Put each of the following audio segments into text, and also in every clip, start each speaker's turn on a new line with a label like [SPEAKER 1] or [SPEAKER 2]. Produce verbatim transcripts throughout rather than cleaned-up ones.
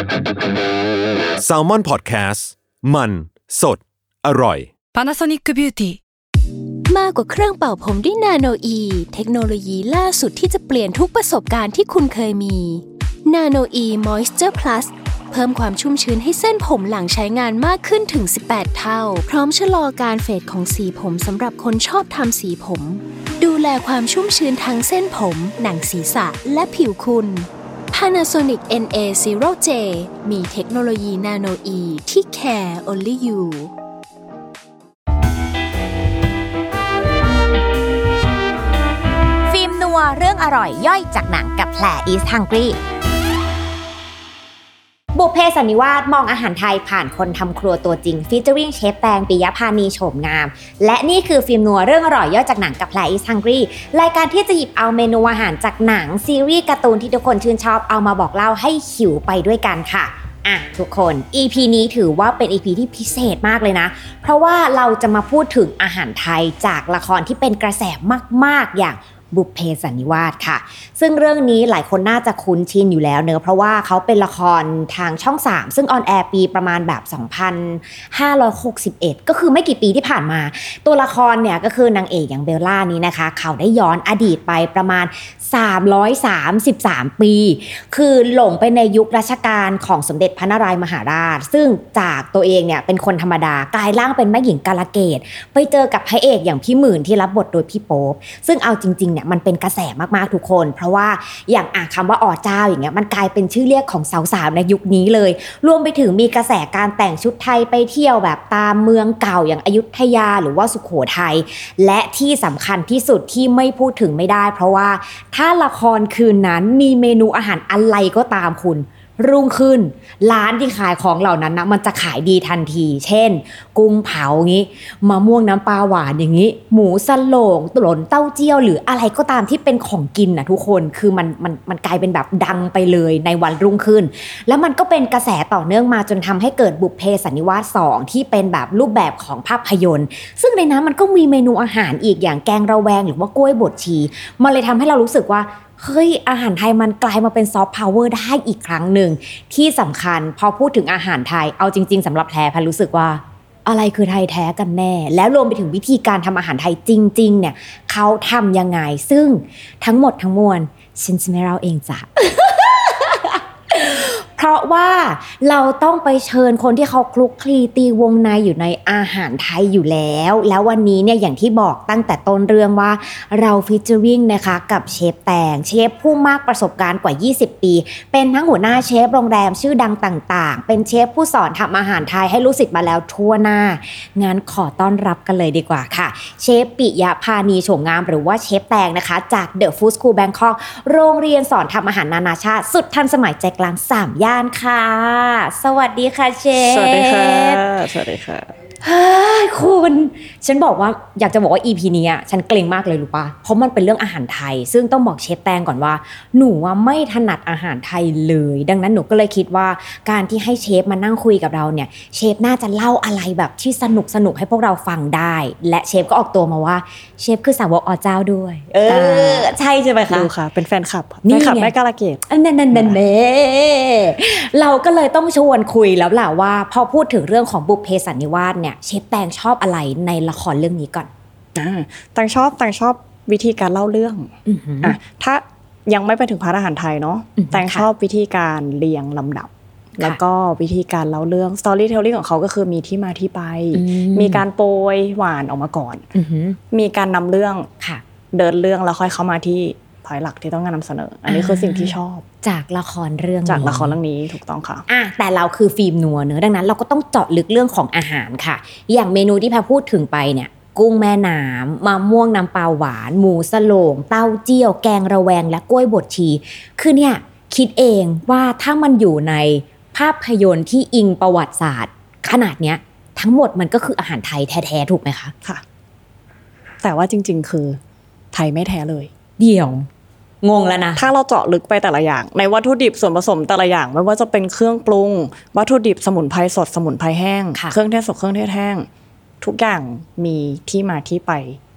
[SPEAKER 1] Salmon Podcast มันสดอร่อย
[SPEAKER 2] Panasonic Beauty
[SPEAKER 3] มากกว่าเครื่องเป่าผมด้วยนาโนอีเทคโนโลยีล่าสุดที่จะเปลี่ยนทุกประสบการณ์ที่คุณเคยมีนาโนอีมอยส์เจอร์พลัสเพิ่มความชุ่มชื้นให้เส้นผมหลังใช้งานมากขึ้นถึงสิบแปดเท่าพร้อมชะลอการเฟดของสีผมสำหรับคนชอบทำสีผมดูแลความชุ่มชื้นทั้งเส้นผมหนังศีรษะและผิวคุณ Panasonic เอ็น เอ ศูนย์ เจ มีเทคโนโลยีนาโนอีที่ care only you
[SPEAKER 4] ฟิล์มนัวเรื่องอร่อยย่อยจากหนังกับแผล East Hungry บุพเพสันนิวาสมองอาหารไทยผ่านคนทำครัวตัวจริงฟีเจอริ่งเชฟแตงปิยพานีโฉมงามและนี่คือฟิล์มนัวเรื่องอร่อยย่อยจากหนังกับแผล East Hungry รายการที่จะหยิบเอาเมนูอาหารจากหนังซีรีส์การ์ตูนที่ทุกคนชื่นชอบเอามาบอกเล่าให้หิวไปด้วยกันค่ะอ่ะทุกคน อี พี นี้ถือว่าเป็น อี พี ที่พิเศษมากเลยนะเพราะว่าเราจะมาพูดถึงอาหารไทยจากละครที่เป็นกระแสมากๆอย่างบุพเพสันนิวาสค่ะซึ่งเรื่องนี้หลายคนน่าจะคุ้นชินอยู่แล้วเนอะเพราะว่าเขาเป็นละครทางช่องสามซึ่งออนแอร์ปีประมาณแบบสองพันห้าร้อยหกสิบเอ็ดก็คือไม่กี่ปีที่ผ่านมาตัวละครเนี่ยก็คือนางเอกอย่างเบลล่านี้นะคะเขาได้ย้อนอดีตไปประมาณสามร้อยสามสิบสามปีคือหลงไปในยุครัชกาลของสมเด็จพระนารายณ์มหาราชซึ่งจากตัวเองเนี่ยเป็นคนธรรมดากลายร่างเป็นแม่หญิงกาลเกตไปเจอกับพระเอกอย่างพี่หมื่นที่รับบทโดยพี่โป๊ปซึ่งเอาจริงๆเนี่ยมันเป็นกระแสมากๆทุกคนเพราะว่าอย่างอ่ะคำว่าอ๋อเจ้าอย่างเงี้ยมันกลายเป็นชื่อเรียกของสาวๆในยุคนี้เลยรวมไปถึงมีกระแสการแต่งชุดไทยไปเที่ยวแบบตามเมืองเก่าอย่างอยุธยาหรือว่าสุโขทัยและที่สำคัญที่สุดที่ไม่พูดถึงไม่ได้เพราะว่าถ้าละครคืนนั้นมีเมนูอาหารอะไรก็ตามคุณรุ่งขึ้นร้านที่ขายของเหล่านั้นนะมันจะขายดีทันทีเช่นกุ้งเผางี้มะม่วงน้ำปลาหวานอย่างงี้หมูสโลงหล่นเต้าเจี้ยวหรืออะไรก็ตามที่เป็นของกินนะทุกคนคือมันมันมันกลายเป็นแบบดังไปเลยในวันรุ่งขึ้นแล้วมันก็เป็นกระแสต่อเนื่องมาจนทำให้เกิดบุพเพสันนิวาสสองที่เป็นแบบรูปแบบของภาพยนตร์ซึ่งในนั้นมันก็มีเมนูอาหารอีกอย่างแกงระแวงหรือว่ากล้วยบดชีมันเลยทำให้เรารู้สึกว่าเฮ้ยอาหารไทยมันกลายมาเป็นซอฟต์พาวเวอร์ได้อีกครั้งหนึ่งที่สำคัญพอพูดถึงอาหารไทยเอาจริงๆสำหรับแพรพันรู้สึกว่าอะไรคือไทยแท้กันแน่แล้วรวมไปถึงวิธีการทำอาหารไทยจริงๆเนี่ยเขาทำยังไงซึ่งทั้งหมดทั้งมวลฉันจะไม่เล่าเองจ้ะ เพราะว่าเราต้องไปเชิญคนที่เขาคลุกคลีตีวงในอยู่ในอาหารไทยอยู่แล้วแล้ววันนี้เนี่ยอย่างที่บอกตั้งแต่ต้นเรื่องว่าเราฟีเจอริ่งนะคะกับเชฟแตงเชฟผู้มากประสบการณ์กว่ายี่สิบปีเป็นทั้งหัวหน้าเชฟโรงแรมชื่อดังต่างๆเป็นเชฟผู้สอนทำอาหารไทยให้ลูกศิษย์มาแล้วทั่วหน้างั้นขอต้อนรับกันเลยดีกว่าค่ะเชฟปิยพานีโฉมงามหรือว่าเชฟแตงนะคะจาก The Food School Bangkok โรงเรียนสอนทำอาหารนานาชาติสุดทันสมัยใจกลางสามย่านค่ะสวัสดีค่ะเชฟ
[SPEAKER 5] สวัสดีค่ะสวัสดีค่ะ
[SPEAKER 4] เฮ้ยคุณฉันบอกว่าอยากจะบอกว่า อี พี นี้อ่ะฉันเกรงมากเลยรู้ป่ะเพราะมันเป็นเรื่องอาหารไทยซึ่งต้องบอกเชฟแตงก่อนว่าหนูว่าไม่ถนัดอาหารไทยเลยดังนั้นหนูก็เลยคิดว่าการที่ให้เชฟมานั่งคุยกับเราเนี่ยเชฟน่าจะเล่าอะไรแบบที่สนุกสนุกให้พวกเราฟังได้และเชฟก็ออกตัวมาว่าเชฟคือสาวกอ๋อเจ้าด้วยเออใช่ใช่ไหมคะ
[SPEAKER 5] ดูค่ะเป็นแฟนคลับแฟนคลับแม่กาลเกต
[SPEAKER 4] นั่นนั่นนั่นเน่เราก็เลยต้องชวนคุยแล้วล่ะว่าพอพูดถึงเรื่องของบุพเพสันนิวาสเนี่ยเชฟแตงชอบอะไรในละครเรื่องนี้ก่อน
[SPEAKER 5] อ่าแตงชอบแตงชอบวิธีการเล่าเรื่องอ่ะถ้ายังไม่ไปถึงพาร์ทอาหารไทยเนาะแตงชอบวิธีการเรียงลำดับแล้วก็วิธีการเล่าเรื่อง storytelling ของเขาก็คือมีที่มาที่ไปมีการโปรยหวานออกมาก่อนมีการนำเรื่องเดินเรื่องแล้วค่อยเข้ามาที่พอยหลักที่ต้องการนำเสนออันนี้คือสิ่งที่ชอบ
[SPEAKER 4] จากละครเรื่อง
[SPEAKER 5] จากละครเรื่องนี้ถูกต้องค่ะ
[SPEAKER 4] อ่ะแต่เราคือฟิล์มนัวเนอะดังนั้นเราก็ต้องเจาะลึกเรื่องของอาหารค่ะอย่างเมนูที่แพรพูดถึงไปเนี่ยกุ้งแม่น้ำมะม่วงน้ำปลาหวานหมูสโลงเต้าเจี้ยวแกงระแวงและกล้วยบดชีคือเนี่ยคิดเองว่าถ้ามันอยู่ในภาพยนตร์ที่อิงประวัติศาสตร์ขนาดเนี้ยทั้งหมดมันก็คืออาหารไทยแท้ๆถูกไหมคะ
[SPEAKER 5] ค่ะแต่ว่าจริงๆคือไทยไม่แท้เลย
[SPEAKER 4] เดี๋ยวงงแล้วนะ
[SPEAKER 5] ถ้าเราเจาะลึกไปแต่ละอย่างในวัตถุดิบส่วนผสมแต่ละอย่างไม่ว่าจะเป็นเครื่องปรุงวัตถุดิบสมุนไพรสดสมุนไพรแห้งเครื่องเทศสดเครื่องเทศแห้งทุกอย่างมีที่มาที่ไป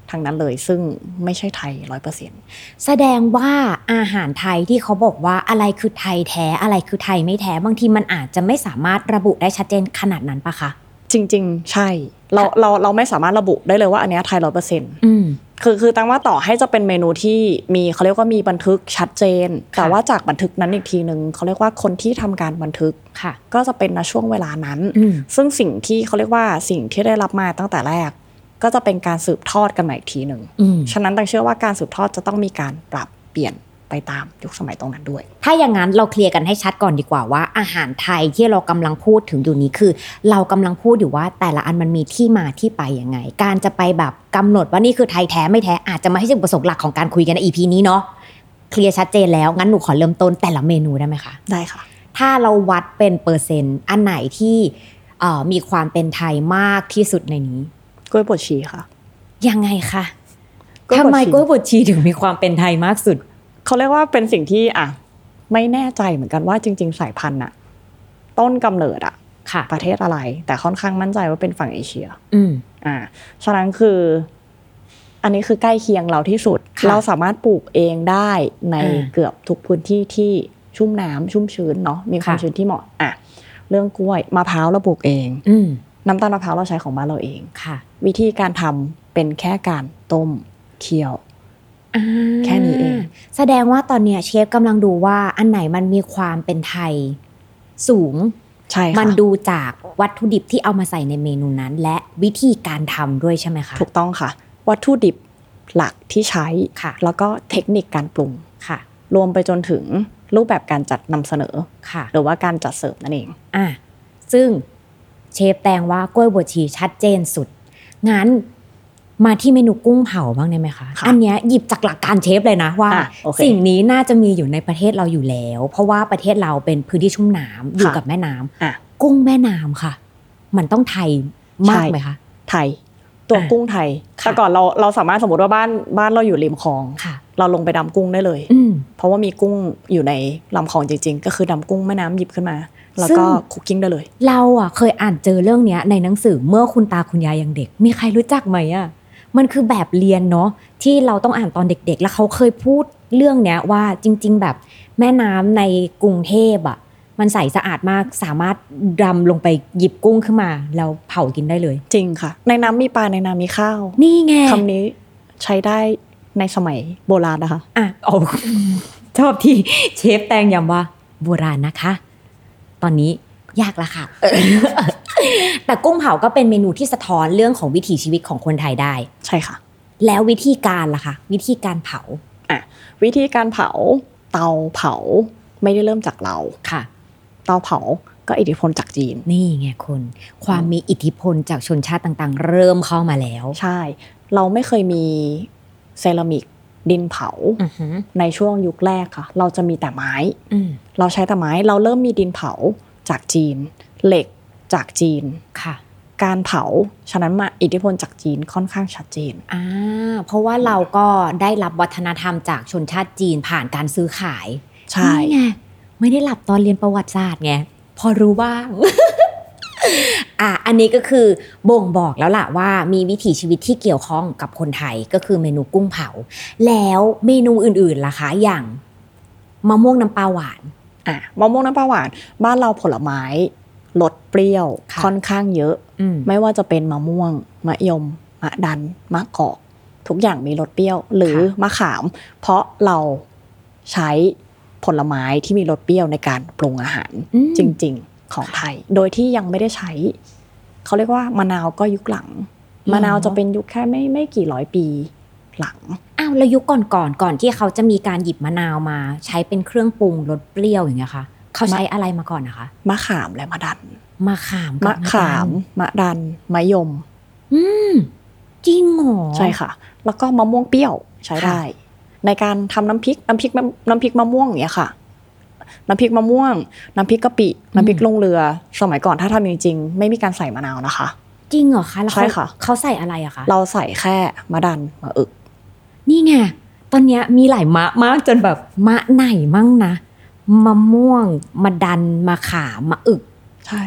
[SPEAKER 5] ทั้งนั้นเลยซึ่งไม่ใช่ไทย ร้อยเปอร์เซ็นต์
[SPEAKER 4] แสดงว่าอาหารไทยที่เขาบอกว่าอะไรคือไทยแท้อะไรคือไทยไม่แท้บางทีมันอาจจะไม่สามารถระบุได้ชัดเจนขนาดนั้นปะคะ
[SPEAKER 5] จริงๆใช่เราเราเราไม่สามารถระบุได้เลยว่าอันนี้ไทย ร้อยเปอร์เซ็นต์
[SPEAKER 4] อืม
[SPEAKER 5] คือคือตั้งว่าต่อให้จะเป็นเมนูที่มีเขาเรียกว่ามีบันทึกชัดเจนแต่ว่าจากบันทึกนั้นอีกทีนึงเขาเรียกว่าคนที่ทำการบันทึกก็จะเป็นในช่วงเวลานั้นซึ่งสิ่งที่เขาเรียกว่าสิ่งที่ได้รับมาตั้งแต่แรกก็จะเป็นการสืบทอดกันมาอีกทีนึงฉะนั้นตั้งเชื่อว่าการสืบทอดจะต้องมีการปรับเปลี่ยนไปตามยุคสมัยตรงนั้นด้วย
[SPEAKER 4] ถ้าอย่างนั้นเราเคลียร์กันให้ชัดก่อนดีกว่าว่าอาหารไทยที่เรากำลังพูดถึงอยู่นี้คือเรากำลังพูดอยู่ว่าแต่ละอันมันมีที่มาที่ไปยังไงการจะไปแบบกำหนดว่านี่คือไทยแท้ไม่แท้อาจจะไม่ใช่จุดประสงค์หลักของการคุยกันใน อี พี นี้เนาะเคลียร์ชัดเจนแล้วงั้นหนูขอเริ่มต้นแต่ละเมนูได้ไหมคะ
[SPEAKER 5] ได้ค่ะ
[SPEAKER 4] ถ้าเราวัดเป็นเปอร์เซ็นต์อันไหนที่เอ่อมีความเป็นไทยมากที่สุดในนี้
[SPEAKER 5] กล้วยบดชีค่ะ
[SPEAKER 4] ยังไงคะทำไมกล้วยบดชีถึงมีความเป็นไทยมากสุด
[SPEAKER 5] เขาเรียกว่าเป็นสิ่งที่อ่ะไม่แน่ใจเหมือนกันว่าจริงๆสายพันธุ์อะต้นกำเนิดอะประเทศอะไรแต่ค่อนข้างมั่นใจว่าเป็นฝั่งเอเชีย
[SPEAKER 4] อืม
[SPEAKER 5] อ่าฉะนั้นคืออันนี้คือใกล้เคียงเราที่สุดเราสามารถปลูกเองได้ในเกือบทุกพื้นที่ที่ชุ่มน้ำชุ่มชื้นเนาะมีความชื้นที่เหมาะอ่ะเรื่องกล้วยมะพร้าวเราปลูกเองน้ำตาลมะพร้าวเราใช้ของบ้านเราเองวิธีการทำเป็นแค่การต้มเคี่ยวแค่นี้เอง
[SPEAKER 4] แสดงว่าตอนนี้เชฟกำลังดูว่าอันไหนมันมีความเป็นไทยสูง
[SPEAKER 5] ใช่ค่ะ
[SPEAKER 4] มันดูจากวัตถุดิบที่เอามาใส่ในเมนูนั้นและวิธีการทำด้วยใช่ไหมคะ
[SPEAKER 5] ถูกต้องค่ะวัตถุดิบหลักที่ใช้แล้วก็เทคนิคการปรุง
[SPEAKER 4] ค่ะ
[SPEAKER 5] รวมไปจนถึงรูปแบบการจัดนำเสนอ
[SPEAKER 4] ค่ะ
[SPEAKER 5] หรือว่าการจัดเสิร์ฟนั่นเอง
[SPEAKER 4] อ่ะซึ่งเชฟแตงว่ากล้วยบวชชีชัดเจนสุดงั้นมาที่เมนูกุ้งเผาบ้างได้ไหมคะอันเนี้ยหยิบจากหลักการเชฟเลยนะว่าสิ่งนี้น่าจะมีอยู่ในประเทศเราอยู่แล้วเพราะว่าประเทศเราเป็นพื้นที่ชุ่มน้ำอยู่กับแม่น้ำกุ้งแม่น้ำค่ะมันต้องไทยมากไหมคะ
[SPEAKER 5] ไทยตัวกุ้งไทยแต่ก่อนเราเราสามารถสมมติว่าบ้านบ้านเราอยู่ริมคลองเราลงไปดำกุ้งได้เลยเพราะว่ามีกุ้งอยู่ในลำคลองจริงๆก็คือดำกุ้งแม่น้ำหยิบขึ้นมาแล้วก็คุกกิ้งได้เลย
[SPEAKER 4] เราอ่ะเคยอ่านเจอเรื่องนี้ในหนังสือเมื่อคุณตาคุณยายยังเด็กมีใครรู้จักไหมอ่ะมันคือแบบเรียนเนาะที่เราต้องอ่านตอนเด็กๆแล้วเขาเคยพูดเรื่องเนี้ยว่าจริงๆแบบแม่น้ำในกรุงเทพอ่ะมันใสสะอาดมากสามารถดำลงไปหยิบกุ้งขึ้นมาแล้วเผากินได้เลย
[SPEAKER 5] จริงค่ะในน้ำมีปลาในน้ำมีข้าว
[SPEAKER 4] นี่ไง
[SPEAKER 5] คำนี้ใช้ได้ในสมัยโบราณนะคะ
[SPEAKER 4] อ่ะโอ้ชอบที่เชฟแตงย้ำว่าโบราณนะคะตอนนี้ยากละค่ะ แต่กุ้งเผาก็เป็นเมนูที่สะท้อนเรื่องของวิถีชีวิตของคนไทยได้
[SPEAKER 5] ใช่ค่ะ
[SPEAKER 4] แล้ววิธีการล่ะคะวิธีการเผา
[SPEAKER 5] อ่ะวิธีการเผาเตาเผาไม่ได้เริ่มจากเรา
[SPEAKER 4] ค่ะ
[SPEAKER 5] เตาเผาก็อิทธิพลจากจีน
[SPEAKER 4] นี่ไงคุณความมีอิทธิพลจากชนชาติต่างๆเริ่มเข้ามาแล้ว
[SPEAKER 5] ใช่เราไม่เคยมีเซรามิกดินเผา
[SPEAKER 4] uh-huh.
[SPEAKER 5] ในช่วงยุคแรกค่ะเราจะมีแต่ไม้เราใช้แต่ไม้เราเริ่มมีดินเผาจากจีนเหล็กจากจีน
[SPEAKER 4] ค่ะ
[SPEAKER 5] การเผาฉะนั้นมาอิทธิพลจากจีนค่อนข้างชัดเจน
[SPEAKER 4] อ่าเพราะว่าเราก็ได้รับวัฒนธรรมจากชนชาติจีนผ่านการซื้อขาย
[SPEAKER 5] ใช่
[SPEAKER 4] ไงไม่ได้หลับตอนเรียนประวัติศาสตร์ไงพอรู้บ้าง อ่ะอันนี้ก็คือบ่งบอกแล้วล่ะว่ามีวิถีชีวิตที่เกี่ยวข้องกับคนไทยก็คือเมนูกุ้งเผาแล้วเมนูอื่นๆล่ะคะอย่างมะม่วงน้ำปลาหวาน
[SPEAKER 5] อ่ะมะม่วงน้ำปลาหวานบ้านเราผลไม้รสเปรี้ยวค่อนข้างเยอะไม่ว่าจะเป็นมะม่วงมะยมมะดันมะกอกทุกอย่างมีรสเปรี้ยวหรือมะขามเพราะเราใช้ผลไม้ที่มีรสเปรี้ยวในการปรุงอาหารจริงๆของไทยโดยที่ยังไม่ได้ใช้เขาเรียกว่ามะนาวก็ยุคหลังมะนาวจะเป็นยุคแค่ไม่ไม่กี่ร้อยปีหลัง
[SPEAKER 4] อ้าวแล้วยุคก่อนๆ ก่อนก่อนที่เขาจะมีการหยิบมะนาวมาใช้เป็นเครื่องปรุงรสเปรี้ยวอย่างเงี้ยค่ะเขาใช้อะไรมาก่อนนะคะ
[SPEAKER 5] มะขามและมะดัน
[SPEAKER 4] มะขาม
[SPEAKER 5] มะขามมะดันมะยม
[SPEAKER 4] อืมจริงเหรอ
[SPEAKER 5] ใช่ค่ะแล้วก็มะม่วงเปรี้ยวใช้ได้ในการทำน้ำพริกน้ำพริกน้ำพริกมะม่วงอย่างเงี้ยค่ะน้ำพริกมะม่วงน้ำพริกกะปิน้ำพริกลงเรือสมัยก่อนถ้าทำจริงๆไม่มีการใส่มะนาวนะคะ
[SPEAKER 4] จริงเหรอคะแล้ว
[SPEAKER 5] ใช่ค่ะ
[SPEAKER 4] เขาใส่อะไรอะคะ
[SPEAKER 5] เราใส่แค่มะดันมะอึก
[SPEAKER 4] นี่ไงตอนนี้มีหลายมะมากจนแบบมะไหนมั่งนะมะม่วงมะดันมะขามมะอึก
[SPEAKER 5] ใช่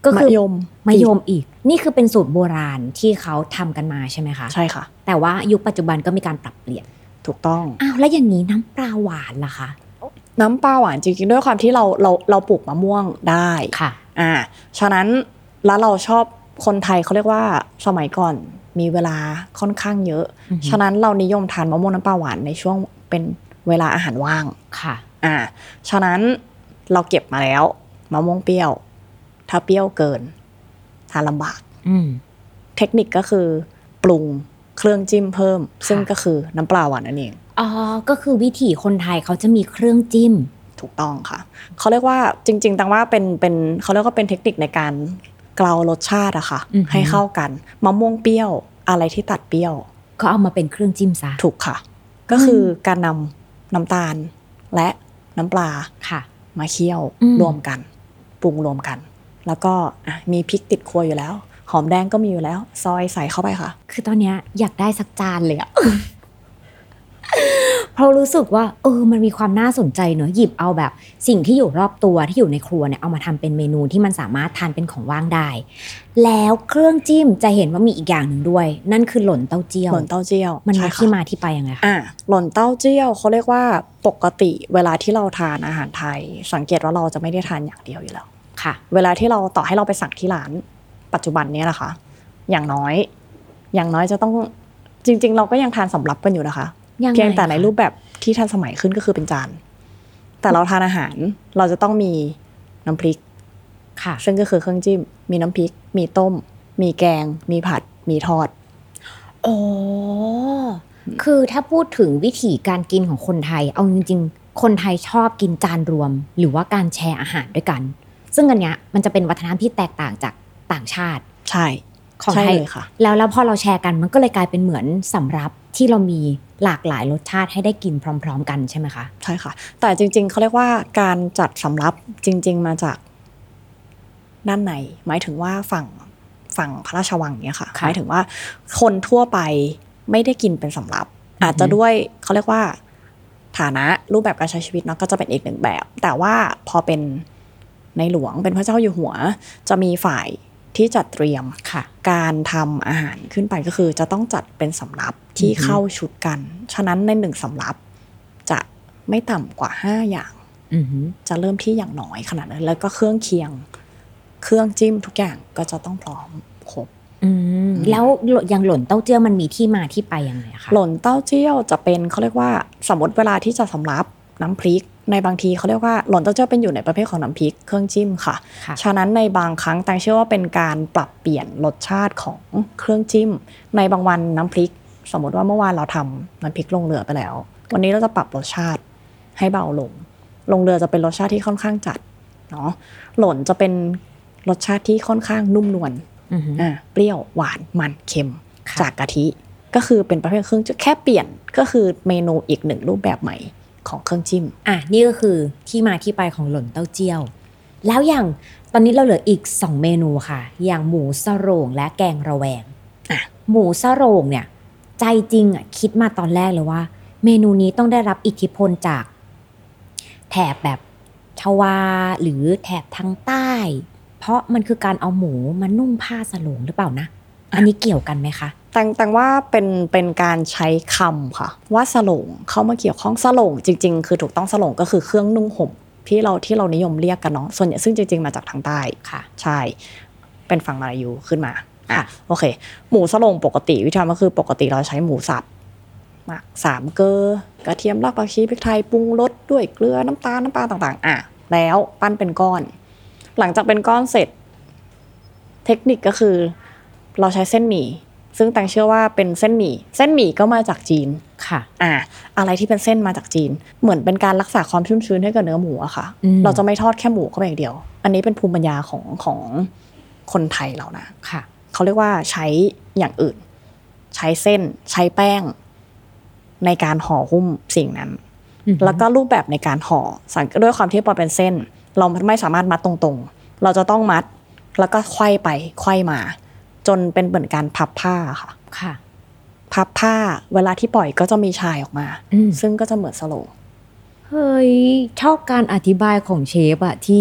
[SPEAKER 4] ก็คือ
[SPEAKER 5] มะยม
[SPEAKER 4] มะยมอีกนี่คือเป็นสูตรโบราณที่เขาทำกันมาใช่ไหมคะ
[SPEAKER 5] ใช่ค่ะ
[SPEAKER 4] แต่ว่ายุคปัจจุบันก็มีการปรับเปลี่ยน
[SPEAKER 5] ถูกต้อง
[SPEAKER 4] อ้าวแล้วอย่างนี้น้ำปลาหวานล่ะคะ
[SPEAKER 5] น้ำปลาหวานจริงๆด้วยความที่เราเราเราปลูกมะม่วงได้
[SPEAKER 4] ค่ะ
[SPEAKER 5] อ่าฉะนั้นแล้วเราชอบคนไทยเขาเรียกว่าสมัยก่อนมีเวลาค่อนข้างเยอะฉะนั้นเรานิยมทานมะม่วงน้ำปลาหวานในช่วงเป็นเวลาอาหารว่าง
[SPEAKER 4] ค่ะ
[SPEAKER 5] อ่าฉะนั้นเราเก็บมาแล้วมะม่วงเปรี้ยวถ้าเปรี้ยวเกินทานลำบากเทคนิคก็คือปรุงเครื่องจิ้มเพิ่มซึ่งก็คือน้ำปลาหวานนั่นเอง
[SPEAKER 4] อ๋อก็คือวิถีคนไทยเขาจะมีเครื่องจิ้ม
[SPEAKER 5] ถูกต้องค่ะเขาเรียกว่าจริงๆตั้งว่าเป็นเป็นเขาเรียกว่าเป็นเทคนิคในการเกลารสชาติอะค่ะให้เข้ากันมะม่วงเปรี้ยวอะไรที่ตัดเปรี้ยว
[SPEAKER 4] ก็เอามาเป็นเครื่องจิ้มซะ
[SPEAKER 5] ถูกค่ะก็คือการนำน้ำตาลและน้ำปลา
[SPEAKER 4] ค่ะ
[SPEAKER 5] มาเคี่ยวรวมกันปรุงรวมกันแล้วก็มีพริกติดครัวอยู่แล้วหอมแดงก็มีอยู่แล้วซอยใส่เข้าไปค่ะ
[SPEAKER 4] คือตอนนี้อยากได้สักจานเลยอะ เพราะรู้สึกว่าเออมันมีความน่าสนใจเนอะหยิบเอาแบบสิ่งที่อยู่รอบตัวที่อยู่ในครัวเนี่ยเอามาทำเป็นเมนูที่มันสามารถทานเป็นของว่างได้แล้วเครื่องจิ้มจะเห็นว่ามีอีกอย่างหนึ่งด้วยนั่นคือหล่นเต้าเจี้ยว
[SPEAKER 5] หล่นเต้าเจี้ยว
[SPEAKER 4] มันมีที่มาที่ไปยังไงคะ
[SPEAKER 5] อ่าหล่นเต้าเจี้ยวเขาเรียกว่าปกติเวลาที่เราทานอาหารไทยสังเกตว่าเราจะไม่ได้ทานอย่างเดียวอยู่แล้ว
[SPEAKER 4] ค่ะ
[SPEAKER 5] เวลาที่เราต่อให้เราไปสั่งที่ร้านปัจจุบันนี้นะคะอย่างน้อยอย่างน้อยจะต้องจริงๆเราก็ยังทานสำรับกันอยู่นะคะเพียงแต่ในรูปแบบที่ทันสมัยขึ้นก็คือเป็นจานแต่เราทานอาหารเราจะต้องมีน้ำพริก
[SPEAKER 4] ค่ะ
[SPEAKER 5] ซึ่งก็คือเครื่องจิ้มมีน้ำพริกมีต้มมีแกงมีผัดมีทอด
[SPEAKER 4] อ๋อคือถ้าพูดถึงวิถีการกินของคนไทยเอาจริงๆคนไทยชอบกินจานรวมหรือว่าการแชร์อาหารด้วยกันซึ่งอันเนี้ยมันจะเป็นวัฒนธรรมที่แตกต่างจากต่างชาติ
[SPEAKER 5] ใช่
[SPEAKER 4] ของไทยแล้วแล้วพอเราแชร์กันมันก็เลยกลายเป็นเหมือนสำรับที่เรามีหลากหลายรสชาติให้ได้กินพร้อมๆกันใช่ไหมคะ
[SPEAKER 5] ใช่ค่ะแต่จริงๆเขาเรียกว่าการจัดสำรับจริงๆมาจากด้านในหมายถึงว่าฝั่งฝั่งพระราชวังเนี่ยค่ะหมายถึงว่าคนทั่วไปไม่ได้กินเป็นสำรับอาจจะด้วยเขาเรียกว่าฐานะรูปแบบการใช้ชีวิตเนาะก็จะเป็นอีกหนึ่งแบบแต่ว่าพอเป็นในหลวงเป็นพระเจ้าอยู่หัวจะมีฝ่ายที่จัดเตรียมการทำอาหารขึ้นไปก็คือจะต้องจัดเป็นสำรับที่เข้าชุดกันฉะนั้นในหนึ่งสำรับจะไม่ต่ำกว่าห้าอย่างจะเริ่มที่อย่างน้อยขนาดนั้นแล้วก็เครื่องเคียงเครื่องจิ้มทุกอย่างก็จะต้องพร้อมครบ
[SPEAKER 4] แล้วอย่างหล่นเต้าเจี้ยวมันมีที่มาที่ไปยังไงคะ
[SPEAKER 5] หล่นเต้าเจี้ยวจะเป็นเขาเรียกว่าสมมติเวลาที่จะสำรับน้ำพริกในบางทีเขาเรียกว่าหล่นเต้าเจี้ยวเป็นอยู่ในประเภทของน้ำพริกเครื่องจิ้มค่ะฉะนั้นในบางครั้งแตงเชื่อว่าเป็นการปรับเปลี่ยนรสชาติของเครื่องจิ้มในบางวันน้ำพริกสมมติว่าเมื่อวานเราทำน้ำพริกลงเรือไปแล้ววันนี้เราจะปรับรสชาติให้เบาลงลงเรือจะเป็นรสชาติที่ค่อนข้างจัดเนาะหล่นจะเป็นรสชาติที่ค่อนข้างนุ่มนวลอ่าเปรี้ยวหวานมันเค็มจากกะทิก็คือเป็นประเภทเครื่องแค่เปลี่ยนก็คือเมนูอีกหนึ่งรูปแบบใหม่ของเครื่องจิ้ม
[SPEAKER 4] อ่ะนี่ก็คือที่มาที่ไปของหล่นเต้าเจี้ยวแล้วอย่างตอนนี้เราเหลืออีกสองเมนูค่ะอย่างหมูสโรงและแกงระแวงอ่ะหมูสโรงเนี่ยใจจริงอ่ะคิดมาตอนแรกเลยว่าเมนูนี้ต้องได้รับอิทธิพลจากแถบแบบชวาหรือแถบทางใต้เพราะมันคือการเอาหมูมานุ่งผ้าสโรงหรือเปล่านะอันนี้เกี่ยวกันไหมคะ
[SPEAKER 5] แต่แต่ว่าเป็นเป็นการใช้คำค่ะว่าสโรงเข้ามาเกี่ยวข้องสโรงจริงๆคือถูกต้องสโรงก็คือเครื่องนุ่งห่มที่เราที่เรานิยมเรียกกันเนาะส่วนใหญ่ซึ่งจริงๆมาจากทางใต้
[SPEAKER 4] ค่ะ
[SPEAKER 5] ใช่เป็นฝั่งมาลายูขึ้นมาอ่ะโอเคหมูสโรงปกติวิธีทำก็คือปกติเราใช้หมูสับหมักสามเกลือกระเทียมรากผักชีพริกไทยปรุงรสด้วยเกลือน้ำตาลน้ำปลาต่างๆอ่ะแล้วปั้นเป็นก้อนหลังจากเป็นก้อนเสร็จเทคนิคก็คือเราใช้เส้นหมี่ซึ่งแตงเชื่อว่าเป็นเส้นหมี่เส้นหมี่ก็มาจากจีน
[SPEAKER 4] ค่ะ
[SPEAKER 5] อ่าอะไรที่เป็นเส้นมาจากจีนเหมือนเป็นการรักษาความชุ่มชื้นให้กับเนื้อหมูอะค่ะเราจะไม่ทอดแค่หมูเข้าไปอย่างเดียวอันนี้เป็นภูมิปัญญาของของคนไทยเรานะ
[SPEAKER 4] ค่ะ
[SPEAKER 5] เขาเรียกว่าใช้อย่างอื่นใช้เส้นใช้แป้งในการห่อหุ้มสิ่งนั้นแล้วก็รูปแบบในการห่อด้วยความที่พอเป็นเส้นเราไม่สามารถมัดตรงๆเราจะต้องมัดแล้วก็ไขว้ไปไขว้มาจนเป็นเหมือนการพับผ้าค่ะ
[SPEAKER 4] ค่ะ
[SPEAKER 5] พับผ้าเวลาที่ปล่อยก็จะมีชายออกมาซึ่งก็จะเหมือนสโลง
[SPEAKER 4] เฮ้ยชอบการอธิบายของเชฟอะที่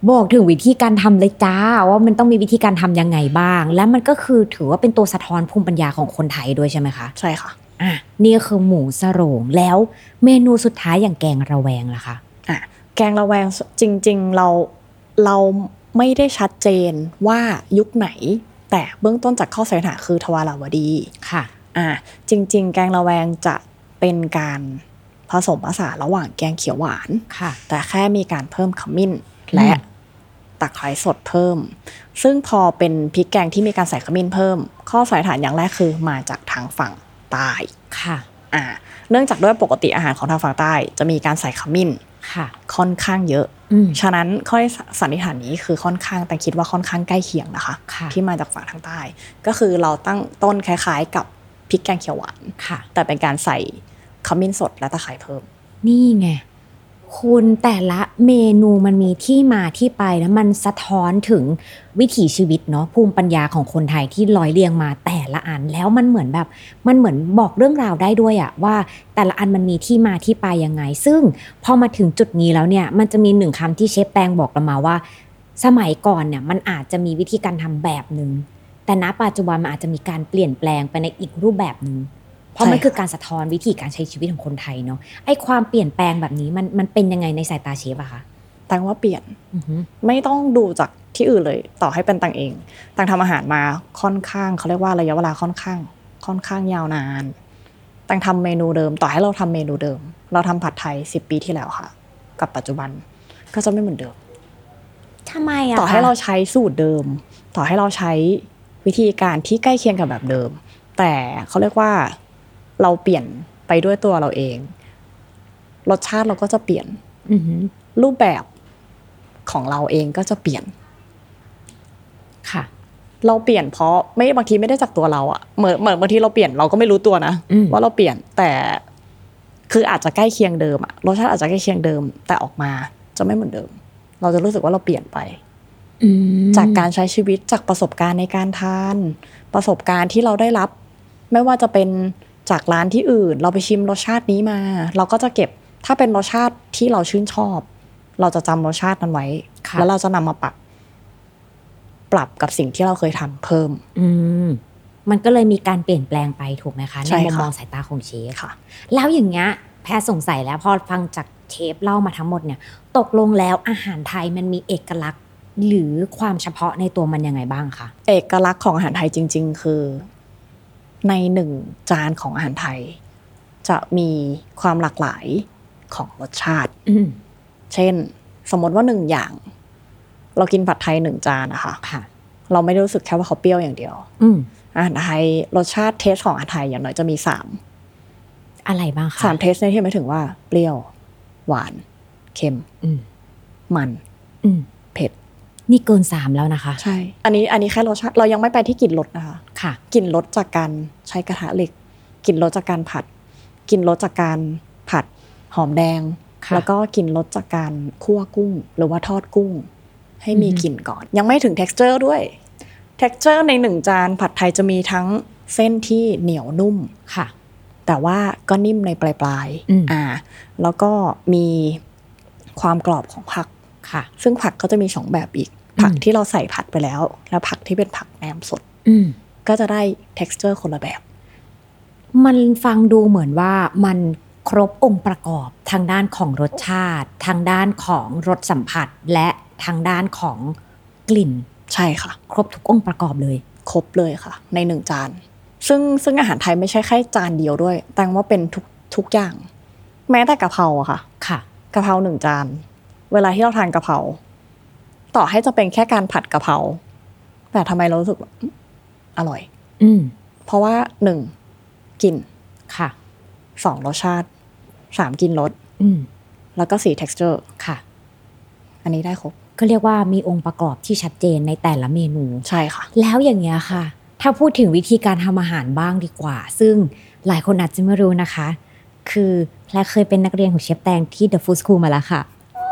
[SPEAKER 4] บอกถึงวิธีการทำเลยจ้าว่ามันต้องมีวิธีการทำยังไงบ้างและมันก็คือถือว่าเป็นตัวสะท้อนภูมิปัญญาของคนไทยด้วยใช่ไหมคะ
[SPEAKER 5] ใช่ค่ะ
[SPEAKER 4] อ่ะนี่คือหมูสโรงแล้วเมนูสุดท้ายอย่างแกงระแวงล่ะคะ
[SPEAKER 5] อ่ะแกงระแวงจริงๆเราเราไม่ได้ชัดเจนว่ายุคไหนแต่เบื้องต้นจากข้อสันนิษฐานคือทวาราวดี
[SPEAKER 4] ค่ะ
[SPEAKER 5] อ่ะจริงๆแกงระแวงจะเป็นการผสมผสานระหว่างแกงเขียวหวาน
[SPEAKER 4] ค่ะ
[SPEAKER 5] แต่แค่มีการเพิ่มขมิ้นและตะไคร้สดเพิ่มซึ่งพอเป็นพริกแกงที่มีการใส่ขมิ้นเพิ่มข้อสันนิษฐานอย่างแรกคือมาจากทางฝั่งใต้
[SPEAKER 4] ค่ะ
[SPEAKER 5] อ่าเนื่องจากด้วยปกติอาหารของทางฝั่งใต้จะมีการใส่ขมิ้น
[SPEAKER 4] ค่ะ
[SPEAKER 5] ค่อนข้างเยอะฉะนั้นข้อสันนิษฐานนี้คือค่อนข้างแต่คิดว่าค่อนข้างใกล้เคียงนะคะที่มาจากฝั่งทางใต้ก็คือเราตั้งต้นคล้ายๆกับพริกแกงเขียวหวานแต่เป็นการใส่ขมิ้นสดและตะไคร้เพิ่ม
[SPEAKER 4] นี่ไงคุณแต่ละเมนูมันมีที่มาที่ไปแล้วมันสะท้อนถึงวิถีชีวิตเนาะภูมิปัญญาของคนไทยที่ร้อยเรียงมาแต่ละอันแล้วมันเหมือนแบบมันเหมือนบอกเรื่องราวได้ด้วยอะว่าแต่ละอันมันมีที่มาที่ไปยังไงซึ่งพอมาถึงจุดนี้แล้วเนี่ยมันจะมีหนึ่งคำที่เชฟแตงบอกเรามาว่าสมัยก่อนเนี่ยมันอาจจะมีวิธีการทำแบบนึงแต่ณปัจจุบันมันอาจจะมีการเปลี่ยนแปลงไปในอีกรูปแบบนึงเพราะมันคือการสะท้อนวิธีการใช้ชีวิตของคนไทยเนาะไอ้ความเปลี่ยนแปลงแบบนี้มันมันเป็นยังไงในสายตาเชฟอะคะ
[SPEAKER 5] ตังว่าเปลี่ยนไม่ต้องดูจากที่อื่นเลยต่อให้เป็นตังเองตังทำอาหารมาค่อนข้างเขาเรียกว่าระยะเวลาค่อนข้างค่อนข้างยาวนานตังทำเมนูเดิมต่อให้เราทำเมนูเดิมเราทำผัดไทยสิบปีที่แล้วค่ะกับปัจจุบันก็จะไม่เหมือนเดิม
[SPEAKER 4] ทำไมอะ
[SPEAKER 5] ต่อให้เราใช้สูตรเดิมต่อให้เราใช้วิธีการที่ใกล้เคียงกับแบบเดิมแต่เขาเรียกว่าเราเปลี่ยนไปด้วยตัวเราเองรสชาติเราก็จะเปลี่ยนรูปแบบของเราเองก็จะเปลี่ยน
[SPEAKER 4] ค่ะ
[SPEAKER 5] เราเปลี่ยนเพราะไม่บางทีไม่ได้จากตัวเราอะเหมือนเหมือนบางทีเราเปลี่ยนเราก็ไม่รู้ตัวนะว่าเราเปลี่ยนแต่คืออาจจะใกล้เคียงเดิมอะรสชาติอาจจะใกล้เคียงเดิมแต่ออกมาจะไม่เหมือนเดิมเราจะรู้สึกว่าเราเปลี่ยนไปจากการใช้ชีวิตจากประสบการณ์ในการทานประสบการณ์ที่เราได้รับไม่ว่าจะเป็นจากร้านที่อื่นเราไปชิมรสชาตินี้มาเราก็จะเก็บถ้าเป็นรสชาติที่เราชื่นชอบเราจะจำรสชาตินั้นไว้แล้วเราจะนำมาปรับปรับกับสิ่งที่เราเคยทำเพิ่ม
[SPEAKER 4] อืมมันก็เลยมีการเปลี่ยนแปลงไปถูกไหมคะในมุมมองสายตาของเชฟ
[SPEAKER 5] ค่ะ
[SPEAKER 4] แล้วอย่างเงี้ยแพรสงสัยแล้วพอฟังจากเชฟเล่ามาทั้งหมดเนี่ยตกลงแล้วอาหารไทยมันมีเอกลักษณ์หรือความเฉพาะในตัวมันยังไงบ้างคะ
[SPEAKER 5] เอกลักษณ์ของอาหารไทยจริงๆคือในหนึ่งจานของอาหารไทยจะมีความหลากหลายของรสชาติเช่นสมมติว่าหนึ่งอย่างเรากินผัดไทยหนึ่งจานนะคะเราไม่ได้รู้สึกแค่ว่าเขาเปรี้ยวอย่างเดียวอาหารไทยรสชาติเทสของอาหารไทยอย่างน้อยจะมีสาม
[SPEAKER 4] อะไรบ้างคะ
[SPEAKER 5] สามเทสในที่หมายถึงว่าเปรี้ยวหวานเค็มมันเผ็ด
[SPEAKER 4] นี่เกินสามแล้วนะคะ
[SPEAKER 5] ใช่อันนี้อันนี้แค่รสชาติเรายังไม่ไปที่กลิ่นรสนะคะ
[SPEAKER 4] ค่ะ
[SPEAKER 5] กลิ่นรสจากการใช้กระทะเหล็กกลิ่นรสจากการผัดกลิ่นรสจากการผัดหอมแดงแล้วก็กลิ่นรสจากการคั่วกุ้งหรือว่าทอดกุ้งให้มีกลิ่นก่อนยังไม่ถึง texture ด้วย texture ในหนึ่งจานผัดไทยจะมีทั้งเส้นที่เหนียวนุ่ม
[SPEAKER 4] ค่ะ
[SPEAKER 5] แต่ว่าก็นิ่มในปลายๆอ่าแล้วก็มีความกรอบของผัก
[SPEAKER 4] ค่ะ
[SPEAKER 5] ซึ่งผักก็จะมีสองแบบอีกผักที่เราใส่ผัดไปแล้วแล้วผักที่เป็นผักแหนมสดก็จะได้ texture คนละแบบ
[SPEAKER 4] มันฟังดูเหมือนว่ามันครบองค์ประกอบทางด้านของรสชาติทางด้านของรสสัมผัสและทางด้านของกลิ่น
[SPEAKER 5] ใช่ค่ะ
[SPEAKER 4] ครบทุกองค์ประกอบเลย
[SPEAKER 5] ครบเลยค่ะในหนึ่งจานซึ่งซึ่งอาหารไทยไม่ใช่แค่จานเดียวด้วยแต่ว่าเป็นทุกทุกอย่างแม้แต่กะเพราอะค่ะ
[SPEAKER 4] ค่ะ
[SPEAKER 5] กะเพราหนึ่งจานเวลาที่เราทานกะเพราต่อให้จะเป็นแค่การผัดกะเพราแต่ทำไมเรารู้สึกอร่อย
[SPEAKER 4] อืม
[SPEAKER 5] เพราะว่าหนึ่งกลิ่น
[SPEAKER 4] ค่ะ
[SPEAKER 5] สองรสชาติสามกลิ่นรส
[SPEAKER 4] อืม
[SPEAKER 5] แล้วก็สี่ texture
[SPEAKER 4] ค่ะ
[SPEAKER 5] อันนี้ได้ครบ
[SPEAKER 4] ก็เรียกว่ามีองค์ประกอบที่ชัดเจนในแต่ละเมนู
[SPEAKER 5] ใช่ค่ะ
[SPEAKER 4] แล้วอย่างเงี้ยค่ะถ้าพูดถึงวิธีการทำอาหารบ้างดีกว่าซึ่งหลายคนอาจจะไม่รู้นะคะคือแพรเคยเป็นนักเรียนของเชฟแตงที่ The Food School มาแล้วค่ะ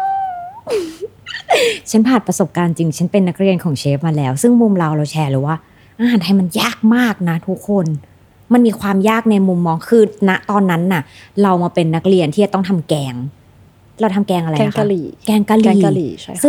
[SPEAKER 4] ฉันผ่านประสบการณ์จริงฉันเป็นนักเรียนของเชฟมาแล้วซึ่งมุมเราเราแชร์เลยว่าอาหารไทยมันยากมากนะทุกคนมันมีความยากในมุมมองคือณตอนนั้นน่ะเรามาเป็นนักเรียนที่จะต้องทำแกงเราทำแกงอะไรนะคะ
[SPEAKER 5] แกงกะหรี่
[SPEAKER 4] แกงกะหรี่
[SPEAKER 5] แกงกะหรี่ใช่
[SPEAKER 4] ซึ่ง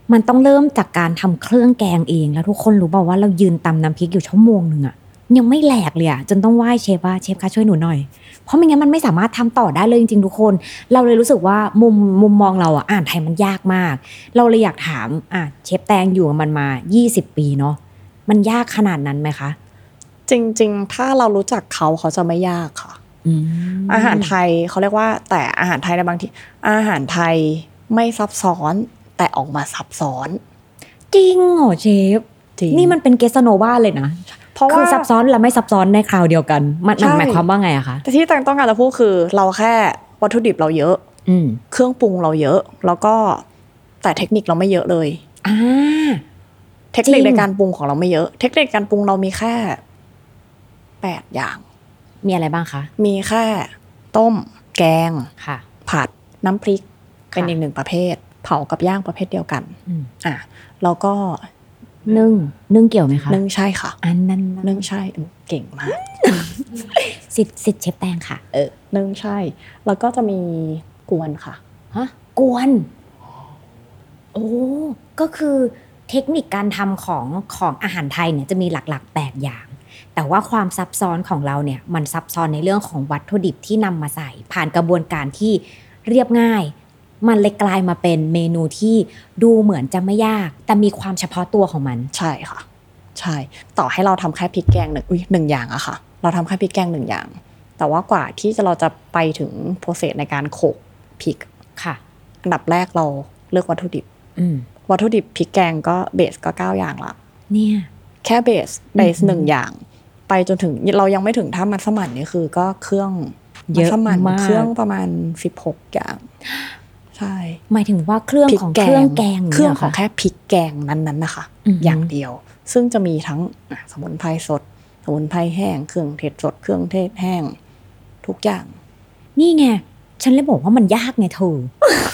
[SPEAKER 4] มันต้องเริ่มจากการทำเครื่องแกงเองแล้วทุกคนรู้เปล่าว่าเรายืนตำน้ำพริกอยู่ชั่วโมงนึงอะยังไม่แหลกเลยอะจนต้องไหว้เชฟว่าเชฟคะช่วยหนูหน่อยเพราะไม่งั้นมันไม่สามารถทำต่อได้เลยจริงๆทุกคนเราเลยรู้สึกว่ามุมมุมมองเราอะอ่านไทยมันยากมากเราเลยอยากถามอ่ะเชฟแตงอยู่กับมันมายี่สิบปีเนาะมันยากขนาดนั้นไหมคะ
[SPEAKER 5] จริงๆถ้าเรารู้จักเขาเขาจะไม่ยากค่ะอาหารไทยเขาเรียกว่าแต่อาหารไทยในบางทีอาหารไทยไม่ซับซ้อนแต่ออกมาซับซ้อน
[SPEAKER 4] จริงเหรอเชฟนี่มันเป็นเกสโนวาเลยนะเพราะว่าคือซับซ้อนและไม่ซับซ้อนในคราวเดียวกันมันหมายความว่าไงอะคะ
[SPEAKER 5] แต่ที่ต้องการจะพูดคือเราแค่วัตถุดิบเราเยอะเครื่องปรุงเราเยอะแล้วก็แต่เทคนิคเราไม่เยอะเลย
[SPEAKER 4] อ่า
[SPEAKER 5] เทคนิคในการปรุงของเราไม่เยอะเทคนิคการปรุงเรามีแค่แปดอย่าง
[SPEAKER 4] มีอะไรบ้างคะ
[SPEAKER 5] มีแค่ต้มแกง
[SPEAKER 4] ค่ะ
[SPEAKER 5] ผัดน้ำพริกเป็นอีกหนึ่งประเภทเผากับย่างประเภทเดียวกันอ่ะแล้วก็
[SPEAKER 4] นึ่งนึ่งเกี่ยวไหมคะ
[SPEAKER 5] นึ่งใช่ค่ะ
[SPEAKER 4] อันนั้น
[SPEAKER 5] นึ่งใช่เก่งมาก
[SPEAKER 4] สิทธิ์สิทธิ์เชฟแตงค่ะ
[SPEAKER 5] เออนึ่งใช่แล้วก็จะมีกวนค่ะ
[SPEAKER 4] ฮะกวนโอ้ก็คือเทคนิคการทำของของอาหารไทยเนี่ยจะมีหลักๆแปดอย่างแต่ว่าความซับซ้อนของเราเนี่ยมันซับซ้อนในเรื่องของวัตถุดิบที่นำมาใส่ผ่านกระบวนการที่เรียบง่ายมันเลยกลายมาเป็นเมนูที่ดูเหมือนจะไม่ยากแต่มีความเฉพาะตัวของมัน
[SPEAKER 5] ใช่ค่ะใช่ต่อให้เราทำแค่พริกแกงหนึ่งอุ้ยหนึ่งอย่างอะค่ะเราทำแค่พริกแกงหนึ่งอย่างแต่ว่ากว่าที่เราจะไปถึงโปรเซสในการโขลกพริก
[SPEAKER 4] ค่ะ
[SPEAKER 5] อันดับแรกเราเลือกวัตถุดิบวัตถุดิบพริกแกงก็เบสก็เก้าอย่างละ
[SPEAKER 4] เนี่ย
[SPEAKER 5] แค่เบสเบสหนึ่งอย่างไปจนถึงเรายังไม่ถึงถ้ามัสมั่นนี่คือก็เครื่อง
[SPEAKER 4] เยอะมาก
[SPEAKER 5] เครื่องประมาณสิบหกอย่างใช่
[SPEAKER 4] หมายถึงว่าเครื่องของเครื่องแกง
[SPEAKER 5] เครื่องของแค่พริกแกงนั้นๆนะคะอย่างเดียวซึ่งจะมีทั้งสมุนไพรสดสมุนไพรแห้งเครื่องเทศสดเครื่องเทศแห้งทุกอย่าง
[SPEAKER 4] นี่ไงฉันเลยบอกว่ามันยากไงเธอ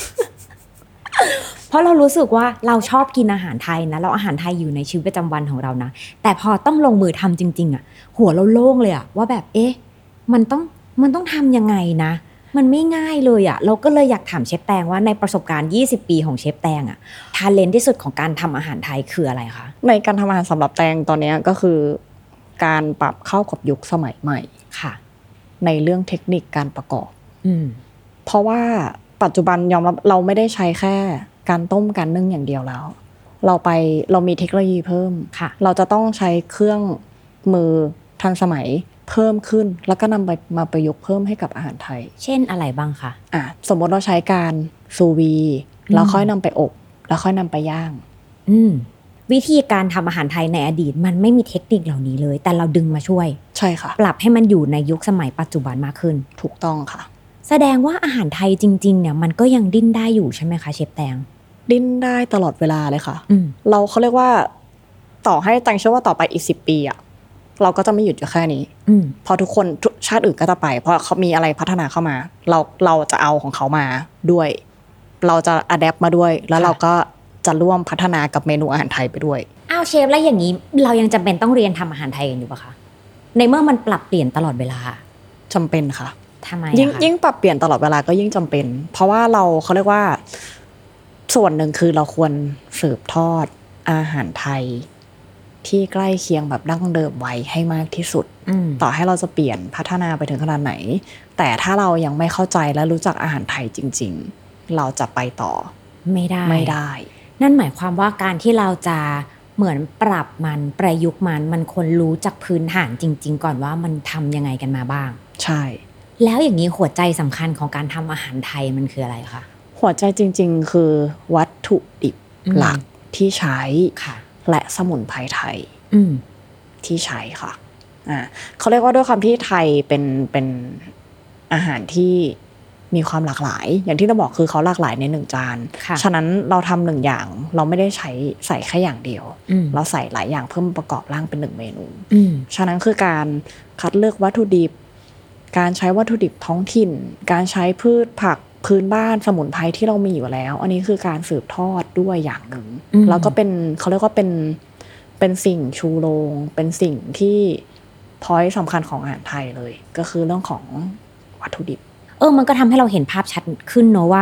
[SPEAKER 4] เพราะเรารู้สึกว่าเราชอบกินอาหารไทยนะเราอาหารไทยอยู่ในชีวิตประจำวันของเรานะแต่พอต้องลงมือทำจริงๆอ่ะหัวเราโล่งเลยอ่ะว่าแบบเอ๊ะมันต้องมันต้องทำยังไงนะมันไม่ง่ายเลยอ่ะเราก็เลยอยากถามเชฟแตงว่าในประสบการณ์ยี่สิบปีของเชฟแตงอ่ะทาเลนต์ที่สุดของการทำอาหารไทยคืออะไรคะ
[SPEAKER 5] ในการทำอาหารสำหรับแตงตอนนี้ก็คือการปรับเข้ากับยุคสมัยใหม่
[SPEAKER 4] ค่ะ
[SPEAKER 5] ในเรื่องเทคนิคการประกอบ
[SPEAKER 4] อืม
[SPEAKER 5] เพราะว่าปัจจุบันยอมรับเราไม่ได้ใช้แค่การต้มการนึ่งอย่างเดียวแล้วเราไปเรามีเทคโนโลยีเพิ่มเราจะต้องใช้เครื่องมือทันสมัยเพิ่มขึ้นแล้วก็นำไปมาประยุกต์เพิ่มให้กับอาหารไทย
[SPEAKER 4] เช่นอะไรบ้างคะ
[SPEAKER 5] อ่ะสมมติเราใช้การซูวีแล้วค่อยนำไปอบแล้วค่อยนำไปย่าง
[SPEAKER 4] อืมวิธีการทำอาหารไทยในอดีตมันไม่มีเทคนิคเหล่านี้เลยแต่เราดึงมาช่วย
[SPEAKER 5] ใช่ค่ะ
[SPEAKER 4] ปรับให้มันอยู่ในยุคสมัยปัจจุบันมากขึ้น
[SPEAKER 5] ถูกต้องค่ะ
[SPEAKER 4] แสดงว่าอาหารไทยจริงๆเนี่ยมันก็ยังดิ้นได้อยู่ใช่ไหมคะเชฟแตง
[SPEAKER 5] ดิ้นได้ตลอดเวลาเลยค่ะเราเขาเรียกว่าต่อให้ตังเชื่อว่าต่อไปอีกสิบปีอะเราก็จะไม่หยุดอยู่แค่นี้พอทุกคนชาติอื่นก็จะไปเพราะเขามีอะไรพัฒนาเข้ามาเราเราจะเอาของเขามาด้วยเราจะอะแดปมาด้วยแล้วเราก็จะร่วมพัฒนากับเมนูอาหารไทยไปด้วย
[SPEAKER 4] อ้าวเชฟแล้วอย่างนี้เรายังจำเป็นต้องเรียนทำอาหารไทยกันอยู่ปะคะในเมื่อมันปรับเปลี่ยนตลอดเวลา
[SPEAKER 5] จำเป็นค่ะ
[SPEAKER 4] ทำไม
[SPEAKER 5] ยิ่งยิ่งปรับเปลี่ยนตลอดเวลาก็ยิ่งจำเป็นเพราะว่าเราเขาเรียกว่าส่วนหนึ่งคือเราควรสืบทอดอาหารไทยที่ใกล้เคียงแบบดั้งเดิมไว้ให้มากที่สุดต่อให้เราจะเปลี่ยนพัฒนาไปถึงขนาดไหนแต่ถ้าเรายังไม่เข้าใจและรู้จักอาหารไทยจริงๆเราจะไปต่อ
[SPEAKER 4] ไม่ได้
[SPEAKER 5] ไม่ได้
[SPEAKER 4] นั่นหมายความว่าการที่เราจะเหมือนปรับมันประยุกต์มันมันควรรู้จักพื้นฐานจริงๆก่อนว่ามันทำยังไงกันมาบ้าง
[SPEAKER 5] ใช่
[SPEAKER 4] แล้วอย่างนี้หัวใจสำคัญของการทำอาหารไทยมันคืออะไรคะ
[SPEAKER 5] หัวใจจริงๆคือวัตถุดิบหลักที่ใช้และสมุนไพรไทยที่ใช้ค่ะอ่าเขาเรียกว่าด้วยความที่ไทยเป็นเป็นอาหารที่มีความหลากหลายอย่างที่เราบอกคือเขาหลากหลายในหนึ่งจานฉะนั้นเราทำหนึ่งอย่างเราไม่ได้ใช้ใส่แค่อย่างเดียวเราใส่หลายอย่างเพิ่มประกอบร่างเป็นหนึ่งเมนูฉะนั้นคือการคัดเลือกวัตถุดิบการใช้วัตถุดิบท้องถิ่นการใช้พืชผักพื้นบ้านสมุนไพรที่เรามีอยู่แล้วอันนี้คือการสืบทอดด้วยอย่างหนึ่งแล้วก็เป็นเขาเรียกว่าเป็นเป็นสิ่งชูโรงเป็นสิ่งที่พอยต์สำคัญของอาหารไทยเลยก็คือเรื่องของวัตถุดิบ
[SPEAKER 4] เออมันก็ทำให้เราเห็นภาพชัดขึ้นเนอะว่า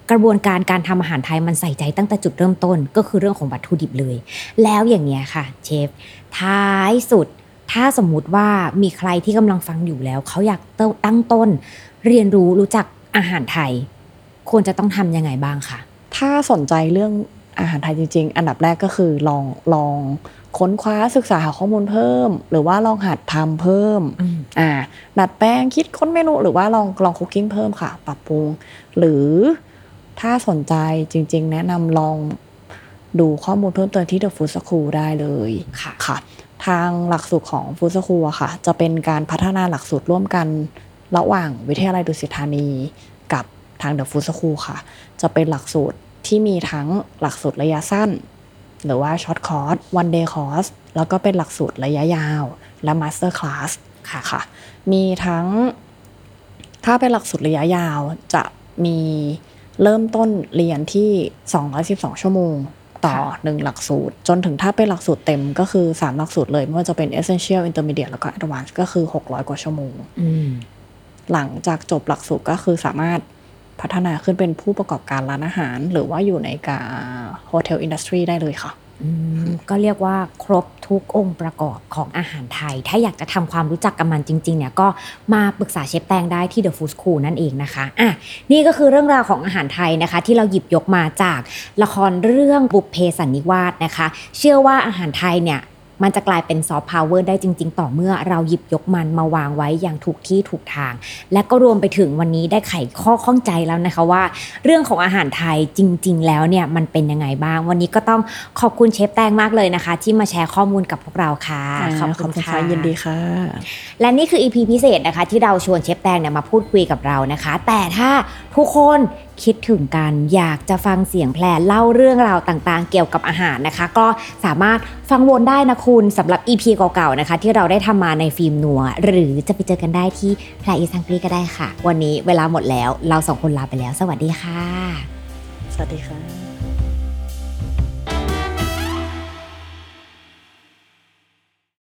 [SPEAKER 4] กระบวนการการทำอาหารไทยมันใส่ใจตั้งแต่จุดเริ่มต้นก็คือเรื่องของวัตถุดิบเลยแล้วอย่างเงี้ยค่ะเชฟท้ายสุดถ้าสมมุติว่ามีใครที่กำลังฟังอยู่แล้วเขาอยากตั้งต้นเรียนรู้รู้จักอาหารไทยควรจะต้องทำยังไงบ้างคะ
[SPEAKER 5] ถ้าสนใจเรื่องอาหารไทยจริงๆอันดับแรกก็คือลองลองค้นคว้าศึกษาหาข้อมูลเพิ่มหรือว่าลองหัดทำเพิ่มอ่าดัดแปลงคิดค้นเมนูหรือว่าลองลองคุกกิ้งเพิ่มค่ะปรับปรุงหรือถ้าสนใจจริงๆแนะนำลองดูข้อมูลเพิ่มเติมที่ The Food School ได้เลยค่ะค่ะทางหลักสูตรของ Food School อะค่ะจะเป็นการพัฒนาหลักสูตรร่วมกันระหว่างวิทยาลัยดุสิตธานีกับทาง The Food School ค่ะจะเป็นหลักสูตรที่มีทั้งหลักสูตรระยะสั้นหรือว่าช็อตคอร์ส one day course แล้วก็เป็นหลักสูตรระยะยาวและ master class ค่ะค่ะมีทั้งถ้าเป็นหลักสูตรระยะยาวจะมีเริ่มต้นเรียนที่สองร้อยสิบสองชั่วโมงต่อหนึ่งหลักสูตรจนถึงถ้าเป็นหลักสูตรเต็มก็คือสามหลักสูตรเลยไม่ว่าจะเป็น essential intermediate แล้วก็ advanced ก็คือหกร้อยกว่าชั่วโมงหลังจากจบหลักสูตรก็คือสามารถพัฒนาขึ้นเป็นผู้ประกอบการร้านอาหารหรือว่าอยู่ในการโฮเทลอินดัสทรีได้เลยค่ะ
[SPEAKER 4] ก็เรียกว่าครบทุกองค์ประกอบของอาหารไทยถ้าอยากจะทำความรู้จักกับมันจริงๆเนี่ยก็มาปรึกษาเชฟแตงได้ที่ The Food School นั่นเองนะคะอ่ะนี่ก็คือเรื่องราวของอาหารไทยนะคะที่เราหยิบยกมาจากละครเรื่องบุพเพสันนิวาสนะคะเชื่อว่าอาหารไทยเนี่ยมันจะกลายเป็นซอฟต์พาวเวอร์ได้จริงๆต่อเมื่อเราหยิบยกมันมาวางไว้อย่างถูกที่ถูกทางและก็รวมไปถึงวันนี้ได้ไขข้อข้องใจแล้วนะคะว่าเรื่องของอาหารไทยจริงๆแล้วเนี่ยมันเป็นยังไงบ้างวันนี้ก็ต้องขอบคุณเชฟแตงมากเลยนะคะที่มาแชร์ข้อมูลกับพวกเราค่ะ
[SPEAKER 5] ขอบคุณค่ะยินดีค่ะ
[SPEAKER 4] และนี่คือ อี พี พิเศษนะคะที่เราชวนเชฟแตงเนี่ยมาพูดคุยกับเรานะคะแต่ถ้าทุกคนคิดถึงกันอยากจะฟังเสียงแพรเล่าเรื่องราวต่างๆเกี่ยวกับอาหารนะคะก็สามารถฟังวนได้นะคุณสำหรับ อี พี เก่าๆนะคะที่เราได้ทำมาในฟิล์มนัวหรือจะไปเจอกันได้ที่แพรอีสังกรีก็ได้ค่ะวันนี้เวลาหมดแล้วเราสองคนลาไปแล้วสวัสดีค่ะ
[SPEAKER 5] สวัสดีค่ะ